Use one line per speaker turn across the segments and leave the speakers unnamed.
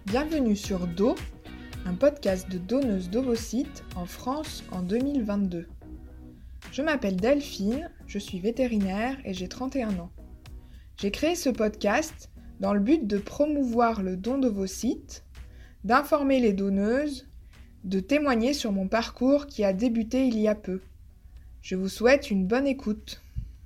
Bienvenue sur Do, un podcast de donneuses d'ovocytes en France en 2022. Je m'appelle Delphine, je suis vétérinaire et j'ai 31 ans. J'ai créé ce podcast dans le but de promouvoir le don d'ovocytes, d'informer les donneuses, de témoigner sur mon parcours qui a débuté il y a peu. Je vous souhaite une bonne écoute.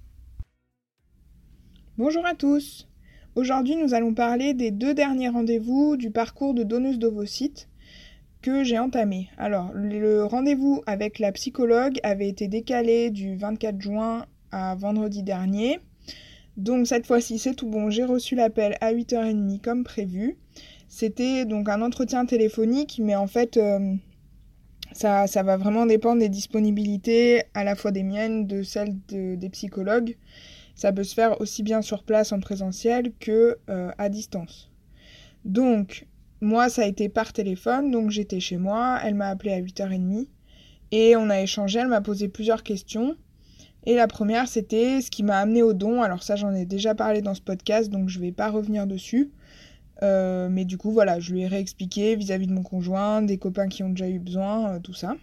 Bonjour à tous. Aujourd'hui, nous allons parler des 2 derniers rendez-vous du parcours de donneuse d'ovocytes que j'ai entamé. Alors, le rendez-vous avec la psychologue avait été décalé du 24 juin à vendredi dernier. Donc cette fois-ci, c'est tout bon, j'ai reçu l'appel à 8h30 comme prévu. C'était donc un entretien téléphonique, mais en fait, ça va vraiment dépendre des disponibilités, à la fois des miennes, de celles des psychologues. Ça peut se faire aussi bien sur place en présentiel que à distance. Donc, moi, ça a été par téléphone, donc j'étais chez moi, elle m'a appelé à 8h30 et on a échangé, elle m'a posé plusieurs questions. Et la première, c'était ce qui m'a amené au don. Alors ça, j'en ai déjà parlé dans ce podcast, donc je vais pas revenir dessus. Mais du coup, voilà, je lui ai réexpliqué vis-à-vis de mon conjoint, des copains qui ont déjà eu besoin, tout ça.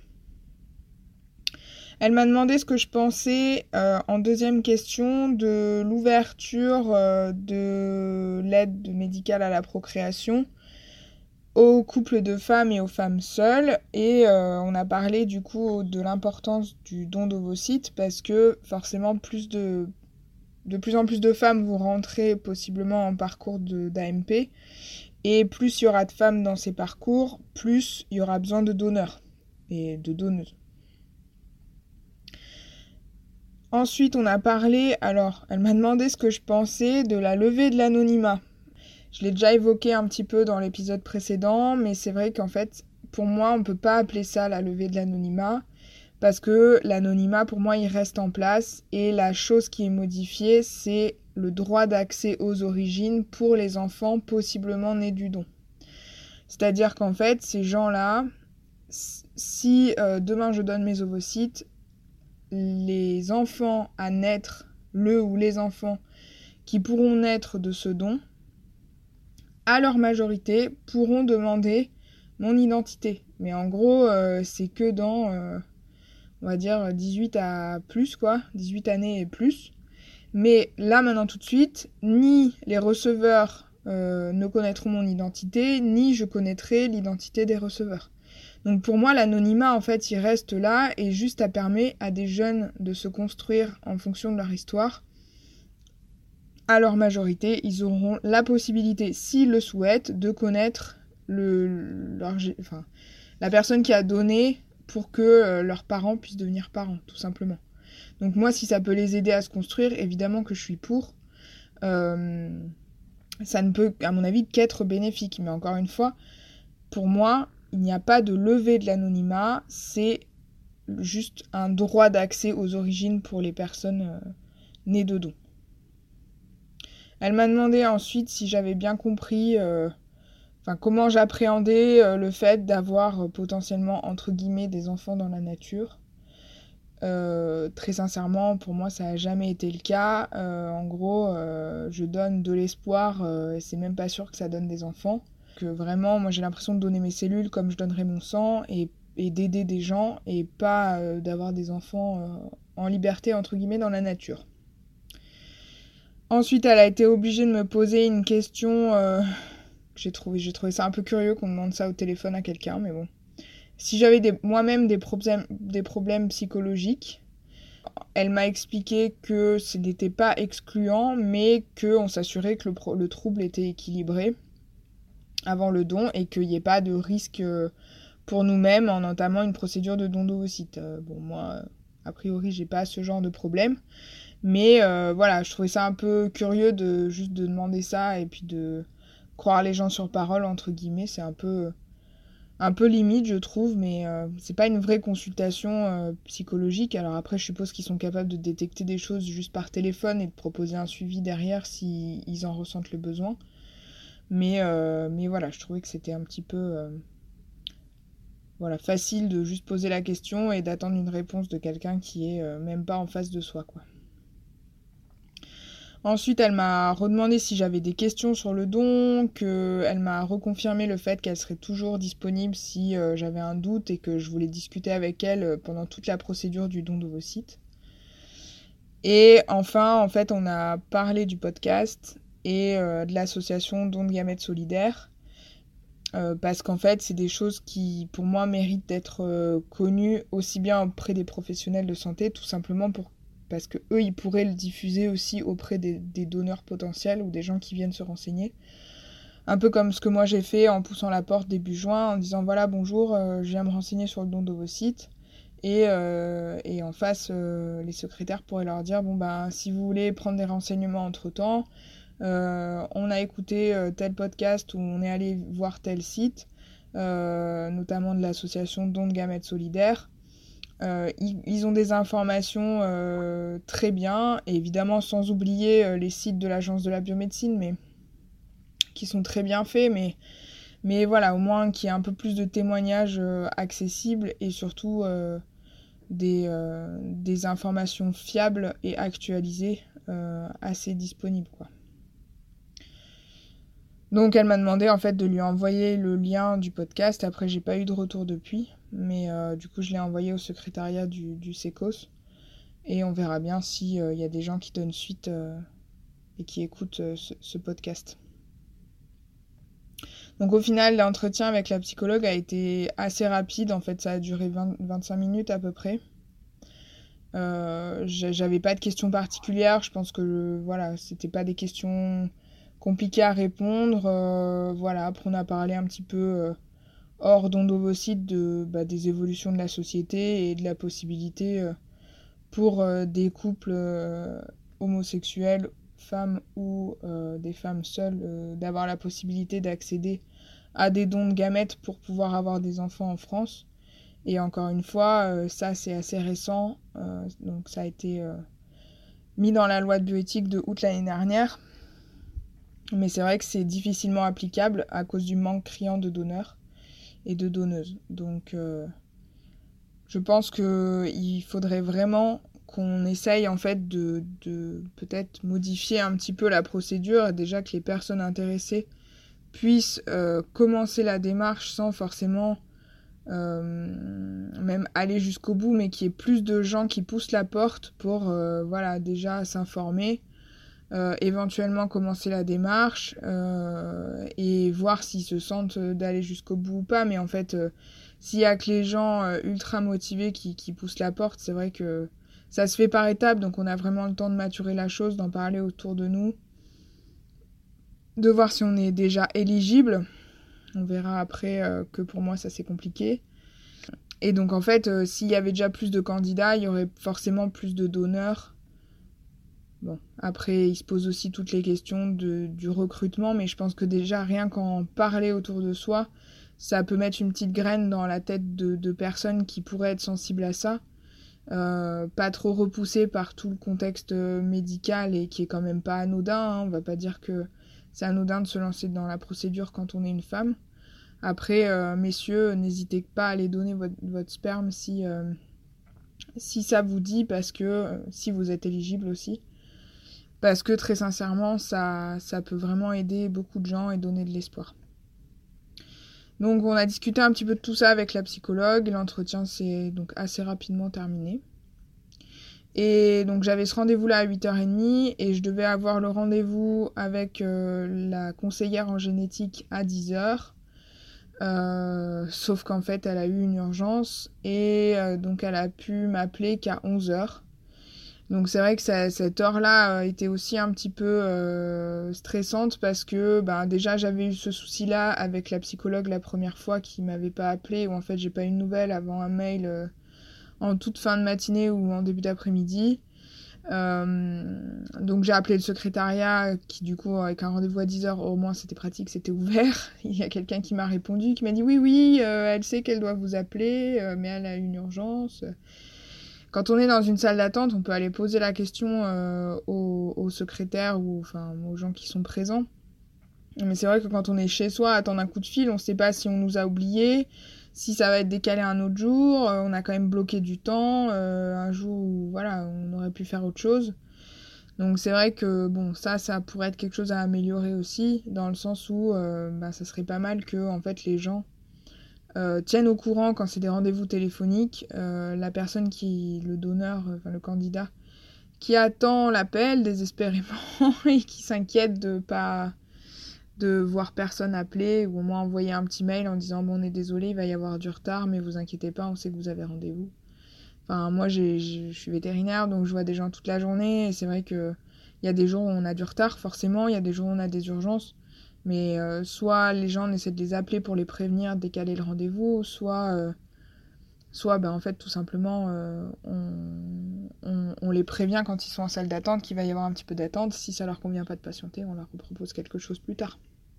Elle m'a demandé ce que je pensais en deuxième question de l'ouverture de l'aide médicale à la procréation aux couples de femmes et aux femmes seules. Et on a parlé du coup de l'importance du don d'ovocytes parce que forcément de plus en plus de femmes vont rentrer possiblement en parcours d'AMP. Et plus il y aura de femmes dans ces parcours, plus il y aura besoin de donneurs et de donneuses. Ensuite, on a parlé, alors, elle m'a demandé ce que je pensais de la levée de l'anonymat. Je l'ai déjà évoqué un petit peu dans l'épisode précédent, mais c'est vrai qu'en fait, pour moi, on ne peut pas appeler ça la levée de l'anonymat, parce que l'anonymat, pour moi, il reste en place, et la chose qui est modifiée, c'est le droit d'accès aux origines pour les enfants possiblement nés du don. C'est-à-dire qu'en fait, ces gens-là, si demain je donne mes ovocytes, les enfants à naître, le ou les enfants qui pourront naître de ce don, à leur majorité, pourront demander mon identité. Mais en gros, c'est que dans, on va dire, 18 à plus, quoi, 18 années et plus. Mais là, maintenant, tout de suite, ni les receveurs ne connaîtront mon identité, ni je connaîtrai l'identité des receveurs. Donc pour moi, l'anonymat, en fait, il reste là et juste ça permet à des jeunes de se construire en fonction de leur histoire. À leur majorité, ils auront la possibilité, s'ils le souhaitent, de connaître la personne qui a donné pour que leurs parents puissent devenir parents, tout simplement. Donc moi, si ça peut les aider à se construire, évidemment que je suis pour. Ça ne peut, à mon avis, qu'être bénéfique. Mais encore une fois, pour moi, il n'y a pas de levée de l'anonymat, c'est juste un droit d'accès aux origines pour les personnes nées de don. Elle m'a demandé ensuite si j'avais bien compris comment j'appréhendais le fait d'avoir potentiellement, entre guillemets, des enfants dans la nature. Très sincèrement, pour moi, ça n'a jamais été le cas. En gros, je donne de l'espoir et c'est même pas sûr que ça donne des enfants. Que vraiment, moi j'ai l'impression de donner mes cellules comme je donnerais mon sang et d'aider des gens et pas d'avoir des enfants en liberté entre guillemets dans la nature. Ensuite, elle a été obligée de me poser une question que j'ai trouvé ça un peu curieux qu'on demande ça au téléphone à quelqu'un, mais bon. Si j'avais moi-même des problèmes psychologiques, elle m'a expliqué que ce n'était pas excluant, mais qu'on s'assurait que le trouble était équilibré avant le don et qu'il n'y ait pas de risque pour nous-mêmes en entamant une procédure de don d'ovocytes. Bon, moi, a priori, j'ai pas ce genre de problème. Mais voilà, je trouvais ça un peu curieux de juste de demander ça et puis de croire les gens sur parole, entre guillemets. C'est un peu limite, je trouve, mais c'est pas une vraie consultation psychologique. Alors après, je suppose qu'ils sont capables de détecter des choses juste par téléphone et de proposer un suivi derrière s'ils en ressentent le besoin. Mais voilà, je trouvais que c'était un petit peu facile de juste poser la question et d'attendre une réponse de quelqu'un qui est même pas en face de soi, quoi. Ensuite, elle m'a redemandé si j'avais des questions sur le don, qu'elle m'a reconfirmé le fait qu'elle serait toujours disponible si j'avais un doute et que je voulais discuter avec elle pendant toute la procédure du don d'ovocytes. Et enfin, en fait, on a parlé du podcast et de l'association Don de Gamètes Solidaires. Parce qu'en fait, c'est des choses qui, pour moi, méritent d'être connues aussi bien auprès des professionnels de santé, tout simplement parce que eux, ils pourraient le diffuser aussi auprès des donneurs potentiels ou des gens qui viennent se renseigner. Un peu comme ce que moi j'ai fait en poussant la porte début juin, en disant voilà, bonjour, je viens me renseigner sur le don d'ovocytes. Et en face, les secrétaires pourraient leur dire bon, ben, si vous voulez prendre des renseignements entre-temps, on a écouté tel podcast ou on est allé voir tel site, notamment de l'association Don de Gamètes Solidaires. Ils ont des informations très bien, et évidemment sans oublier les sites de l'Agence de la biomédecine, mais qui sont très bien faits, mais voilà, au moins qu'il y ait un peu plus de témoignages accessibles et surtout des informations fiables et actualisées assez disponibles, quoi. Donc elle m'a demandé en fait de lui envoyer le lien du podcast. Après, j'ai pas eu de retour depuis, mais du coup je l'ai envoyé au secrétariat du SECOS et on verra bien s'il y a des gens qui donnent suite et qui écoutent ce podcast. Donc au final, l'entretien avec la psychologue a été assez rapide. En fait, ça a duré 25 minutes à peu près. J'avais pas de questions particulières. Je pense que voilà, c'était pas des questions compliquées à répondre. Voilà, après on a parlé un petit peu hors don d'ovocytes des évolutions de la société et de la possibilité pour des couples homosexuels, femmes ou des femmes seules, d'avoir la possibilité d'accéder à des dons de gamètes pour pouvoir avoir des enfants en France. Et encore une fois, ça c'est assez récent, donc ça a été mis dans la loi de bioéthique de août l'année dernière. Mais c'est vrai que c'est difficilement applicable à cause du manque criant de donneurs et de donneuses. Donc je pense qu'il faudrait vraiment qu'on essaye en fait de peut-être modifier un petit peu la procédure, déjà que les personnes intéressées puissent commencer la démarche sans forcément même aller jusqu'au bout, mais qu'il y ait plus de gens qui poussent la porte pour voilà, déjà s'informer, éventuellement commencer la démarche et voir s'ils se sentent d'aller jusqu'au bout ou pas. Mais en fait, s'il y a que les gens ultra motivés qui poussent la porte, c'est vrai que ça se fait par étapes, donc on a vraiment le temps de maturer la chose, d'en parler autour de nous, de voir si on est déjà éligible. On verra après que pour moi ça c'est compliqué. Et donc en fait, s'il y avait déjà plus de candidats, il y aurait forcément plus de donneurs. Bon, après il se pose aussi toutes les questions du recrutement, mais je pense que déjà rien qu'en parler autour de soi, ça peut mettre une petite graine dans la tête de personnes qui pourraient être sensibles à ça. Pas trop repoussées par tout le contexte médical et qui est quand même pas anodin, hein. On va pas dire que c'est anodin de se lancer dans la procédure quand on est une femme. Après, messieurs, n'hésitez pas à aller donner votre sperme si ça vous dit, parce que si vous êtes éligible aussi. Parce que très sincèrement, ça peut vraiment aider beaucoup de gens et donner de l'espoir. Donc on a discuté un petit peu de tout ça avec la psychologue. L'entretien s'est donc assez rapidement terminé. Et donc j'avais ce rendez-vous-là à 8h30 et je devais avoir le rendez-vous avec la conseillère en génétique à 10h. Sauf qu'en fait elle a eu une urgence et donc elle a pu m'appeler qu'à 11h. Donc c'est vrai que cette heure-là était aussi un petit peu stressante parce que déjà j'avais eu ce souci-là avec la psychologue la première fois qui m'avait pas appelé, ou en fait j'ai pas eu de nouvelles avant un mail en toute fin de matinée ou en début d'après-midi. Donc j'ai appelé le secrétariat qui du coup avec un rendez-vous à 10h, au moins c'était pratique, c'était ouvert. Il y a quelqu'un qui m'a répondu, qui m'a dit oui, elle sait qu'elle doit vous appeler, mais elle a une urgence. Quand on est dans une salle d'attente, on peut aller poser la question au secrétaire ou enfin aux gens qui sont présents. Mais c'est vrai que quand on est chez soi, attendre un coup de fil, on sait pas si on nous a oubliés, si ça va être décalé un autre jour. On a quand même bloqué du temps, un jour où voilà, on aurait pu faire autre chose. Donc c'est vrai que bon, ça pourrait être quelque chose à améliorer aussi, dans le sens où ça serait pas mal que en fait les gens tiennent au courant quand c'est des rendez-vous téléphoniques, la personne le donneur, enfin le candidat, qui attend l'appel désespérément et qui s'inquiète de voir personne appeler, ou au moins envoyer un petit mail en disant bon, on est désolé, il va y avoir du retard, mais vous inquiétez pas, on sait que vous avez rendez-vous. Enfin, moi je suis vétérinaire, donc je vois des gens toute la journée, et c'est vrai que il y a des jours où on a du retard, forcément, il y a des jours où on a des urgences, mais soit les gens on essaie de les appeler pour les prévenir, décaler le rendez-vous, soit en fait tout simplement on les prévient quand ils sont en salle d'attente qu'il va y avoir un petit peu d'attente. Si ça leur convient pas de patienter, on leur propose quelque chose plus tard.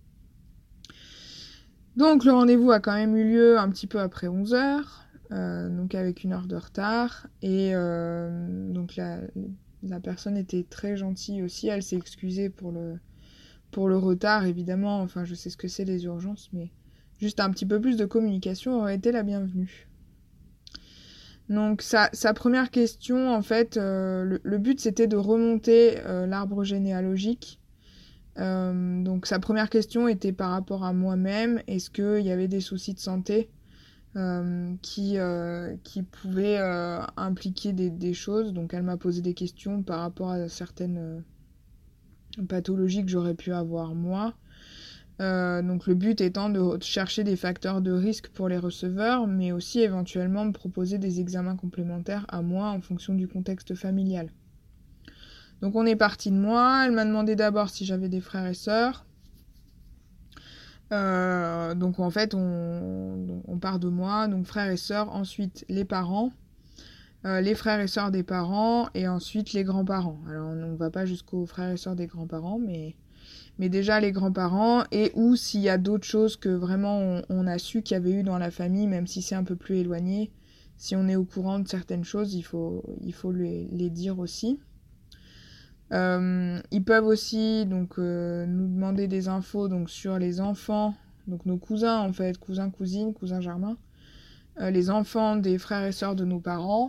Donc le rendez-vous a quand même eu lieu un petit peu après 11h, donc avec 1 heure de retard, et donc la personne était très gentille aussi, elle s'est excusée pour le retard, évidemment, enfin je sais ce que c'est les urgences, mais juste un petit peu plus de communication aurait été la bienvenue. Donc sa première question, en fait, le but c'était de remonter l'arbre généalogique. Donc sa première question était par rapport à moi-même. Est-ce qu'il y avait des soucis de santé qui pouvaient impliquer des choses. Donc elle m'a posé des questions par rapport à certaines pathologies que j'aurais pu avoir moi. Donc le but étant de chercher des facteurs de risque pour les receveurs, mais aussi éventuellement me proposer des examens complémentaires à moi en fonction du contexte familial. Donc on est parti de moi, elle m'a demandé d'abord si j'avais des frères et sœurs. Donc en fait on part de moi, donc frères et sœurs, ensuite les parents, les frères et sœurs des parents, et ensuite les grands-parents. Alors on ne va pas jusqu'aux frères et sœurs des grands-parents, mais déjà les grands-parents, et ou s'il y a d'autres choses que vraiment on a su qu'il y avait eu dans la famille, même si c'est un peu plus éloigné, si on est au courant de certaines choses, il faut les dire aussi. Ils peuvent aussi donc nous demander des infos donc sur les enfants, donc nos cousins en fait, cousins, cousines, cousins germains, les enfants des frères et sœurs de nos parents.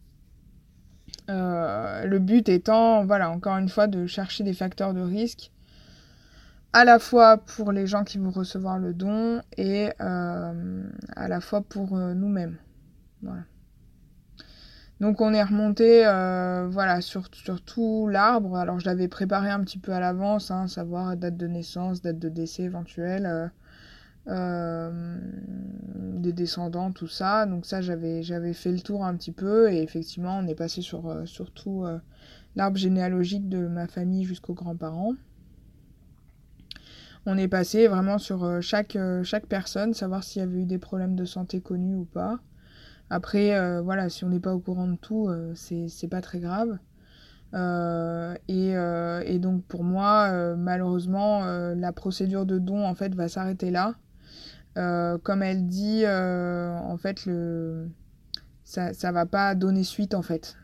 Le but étant, voilà, encore une fois, de chercher des facteurs de risque, à la fois pour les gens qui vont recevoir le don et à la fois pour nous-mêmes. Voilà. Donc on est remonté sur tout l'arbre. Alors je l'avais préparé un petit peu à l'avance, savoir date de naissance, date de décès éventuelle, des descendants, tout ça. Donc ça j'avais fait le tour un petit peu, et effectivement on est passé sur tout l'arbre généalogique de ma famille jusqu'aux grands-parents. On est passé vraiment sur chaque personne, savoir s'il y avait eu des problèmes de santé connus ou pas. Après, si on n'est pas au courant de tout, c'est pas très grave. Et donc pour moi, malheureusement, la procédure de don en fait va s'arrêter là. Comme elle dit, en fait, ça va pas donner suite en fait.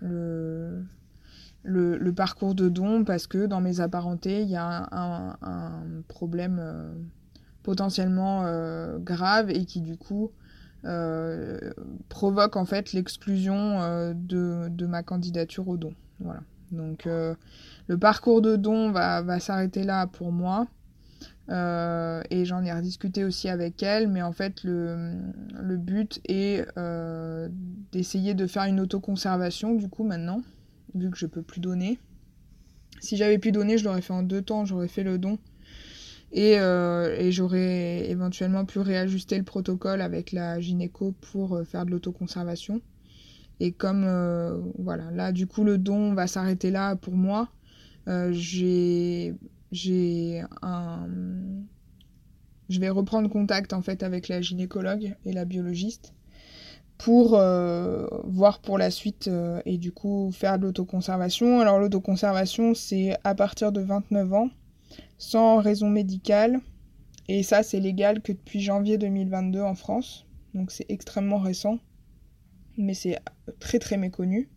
Le parcours de don, parce que dans mes apparentés, il y a un problème potentiellement grave, et qui du coup provoque en fait l'exclusion de ma candidature au don. Voilà. Donc le parcours de don va s'arrêter là pour moi. Et j'en ai rediscuté aussi avec elle, mais en fait le but est d'essayer de faire une autoconservation du coup maintenant, vu que je peux plus donner. Si j'avais pu donner, je l'aurais fait en 2 temps, j'aurais fait le don, et j'aurais éventuellement pu réajuster le protocole avec la gynéco pour faire de l'autoconservation. Et comme là du coup le don va s'arrêter là pour moi, je vais reprendre contact en fait avec la gynécologue et la biologiste pour voir pour la suite, et du coup faire de l'autoconservation. Alors l'autoconservation, c'est à partir de 29 ans, sans raison médicale, et ça c'est légal que depuis janvier 2022 en France, donc c'est extrêmement récent, mais c'est très très méconnu.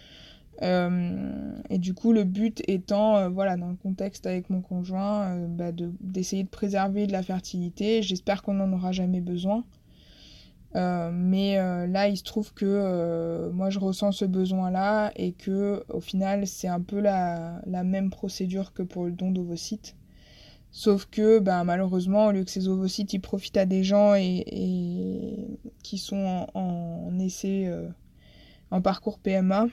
Et du coup le but étant, dans le contexte avec mon conjoint, d'essayer de préserver de la fertilité. J'espère qu'on n'en aura jamais besoin. Mais là, il se trouve que moi, je ressens ce besoin-là et que au final, c'est un peu la même procédure que pour le don d'ovocytes. Sauf que malheureusement, au lieu que ces ovocytes ils profitent à des gens et qui sont en essai, en parcours PMA,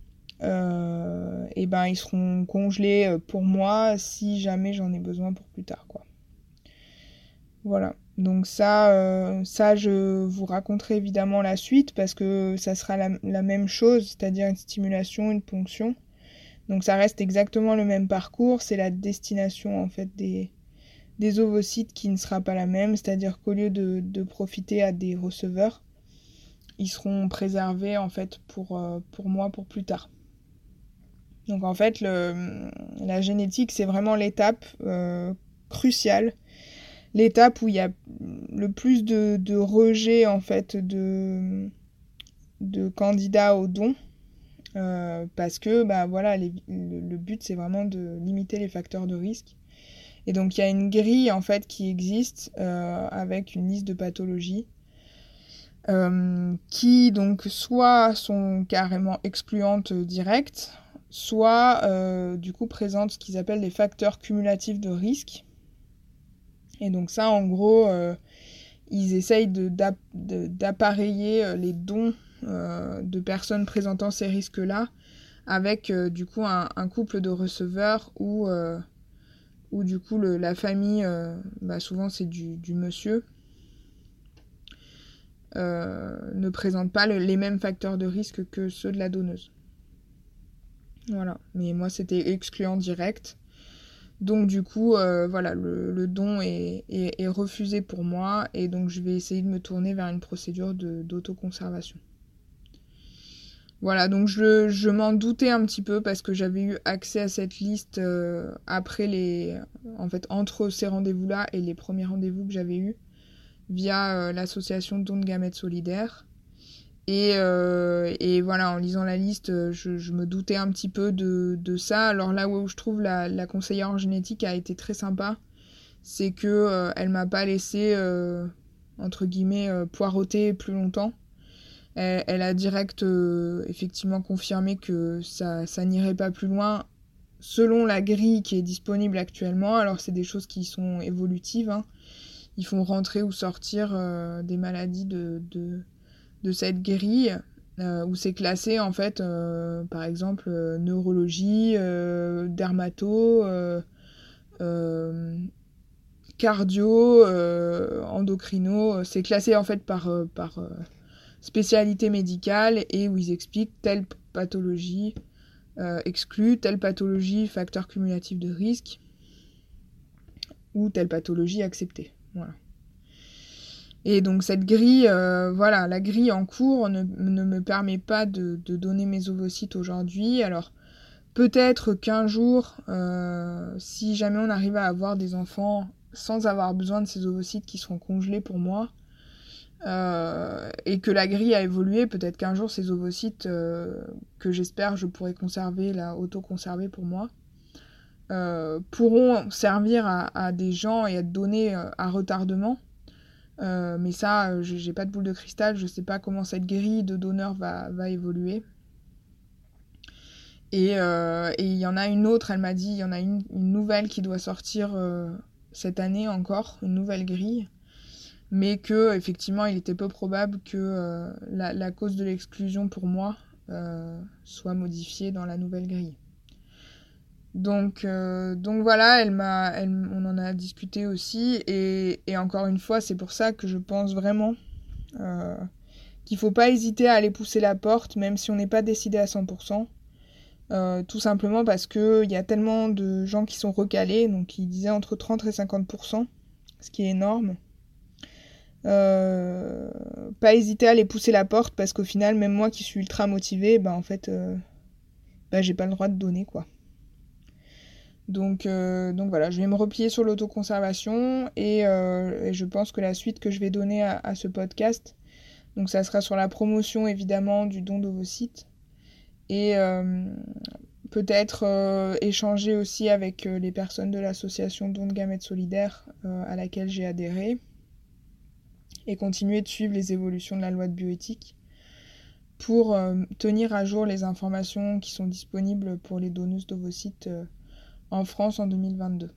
ils seront congelés pour moi si jamais j'en ai besoin pour plus tard, quoi. Voilà. Donc ça, je vous raconterai évidemment la suite parce que ça sera la même chose, c'est-à-dire une stimulation, une ponction. Donc ça reste exactement le même parcours, c'est la destination en fait des ovocytes qui ne sera pas la même, c'est-à-dire qu'au lieu de profiter à des receveurs, ils seront préservés en fait pour moi pour plus tard. Donc en fait, la génétique, c'est vraiment l'étape cruciale, l'étape où il y a le plus de rejets en fait de candidats au don, parce que le but c'est vraiment de limiter les facteurs de risque. Et donc il y a une grille en fait qui existe avec une liste de pathologies qui donc soit sont carrément excluantes directes, soit du coup présentent ce qu'ils appellent des facteurs cumulatifs de risque. Et donc ça en gros ils essayent d'appareiller les dons de personnes présentant ces risques-là avec du coup un couple de receveurs où du coup la famille, souvent c'est du monsieur, ne présente pas les mêmes facteurs de risque que ceux de la donneuse. Voilà, mais moi c'était excluant direct. Donc du coup, le don est refusé pour moi et donc je vais essayer de me tourner vers une procédure d'autoconservation. Voilà, donc je m'en doutais un petit peu parce que j'avais eu accès à cette liste entre ces rendez-vous-là et les premiers rendez-vous que j'avais eus via l'association Don de Gamètes Solidaires. Et voilà, en lisant la liste, je me doutais un petit peu de ça. Alors là où je trouve la conseillère en génétique a été très sympa, c'est que elle m'a pas laissé entre guillemets poireauter plus longtemps. Elle a direct effectivement confirmé que ça n'irait pas plus loin selon la grille qui est disponible actuellement. Alors c'est des choses qui sont évolutives, hein. Ils font rentrer ou sortir des maladies de cette grille où c'est classé en fait par exemple neurologie, dermato, cardio, endocrino, c'est classé en fait par spécialité médicale et où ils expliquent telle pathologie exclue, telle pathologie facteur cumulatif de risque ou telle pathologie acceptée. Voilà. Et donc cette grille, la grille en cours ne me permet pas de donner mes ovocytes aujourd'hui. Alors peut-être qu'un jour, si jamais on arrive à avoir des enfants sans avoir besoin de ces ovocytes qui seront congelés pour moi, et que la grille a évolué, peut-être qu'un jour ces ovocytes que j'espère je pourrai conserver, auto-conserver pour moi, pourront servir à des gens et être donnés à retardement. Mais ça, j'ai pas de boule de cristal, je sais pas comment cette grille de donneurs va évoluer. Et il y en a une autre, elle m'a dit, il y en a une nouvelle qui doit sortir cette année encore, une nouvelle grille, mais que effectivement il était peu probable que la cause de l'exclusion pour moi soit modifiée dans la nouvelle grille. Donc voilà, on en a discuté aussi, et encore une fois, c'est pour ça que je pense vraiment qu'il faut pas hésiter à aller pousser la porte, même si on n'est pas décidé à 100%. Tout simplement parce qu'il y a tellement de gens qui sont recalés, donc ils disaient entre 30 et 50%, ce qui est énorme. Pas hésiter à aller pousser la porte, parce qu'au final, même moi qui suis ultra motivée, j'ai pas le droit de donner, quoi. Donc voilà, je vais me replier sur l'autoconservation et je pense que la suite que je vais donner à ce podcast, donc ça sera sur la promotion évidemment du don d'ovocytes et peut-être échanger aussi avec les personnes de l'association Don de Gamètes Solidaires à laquelle j'ai adhéré et continuer de suivre les évolutions de la loi de bioéthique pour tenir à jour les informations qui sont disponibles pour les donneuses d'ovocytes en France en 2022.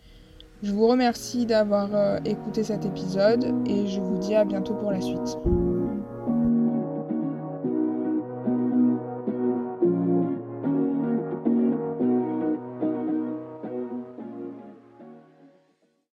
Je vous remercie d'avoir écouté cet épisode et je vous dis à bientôt pour la suite.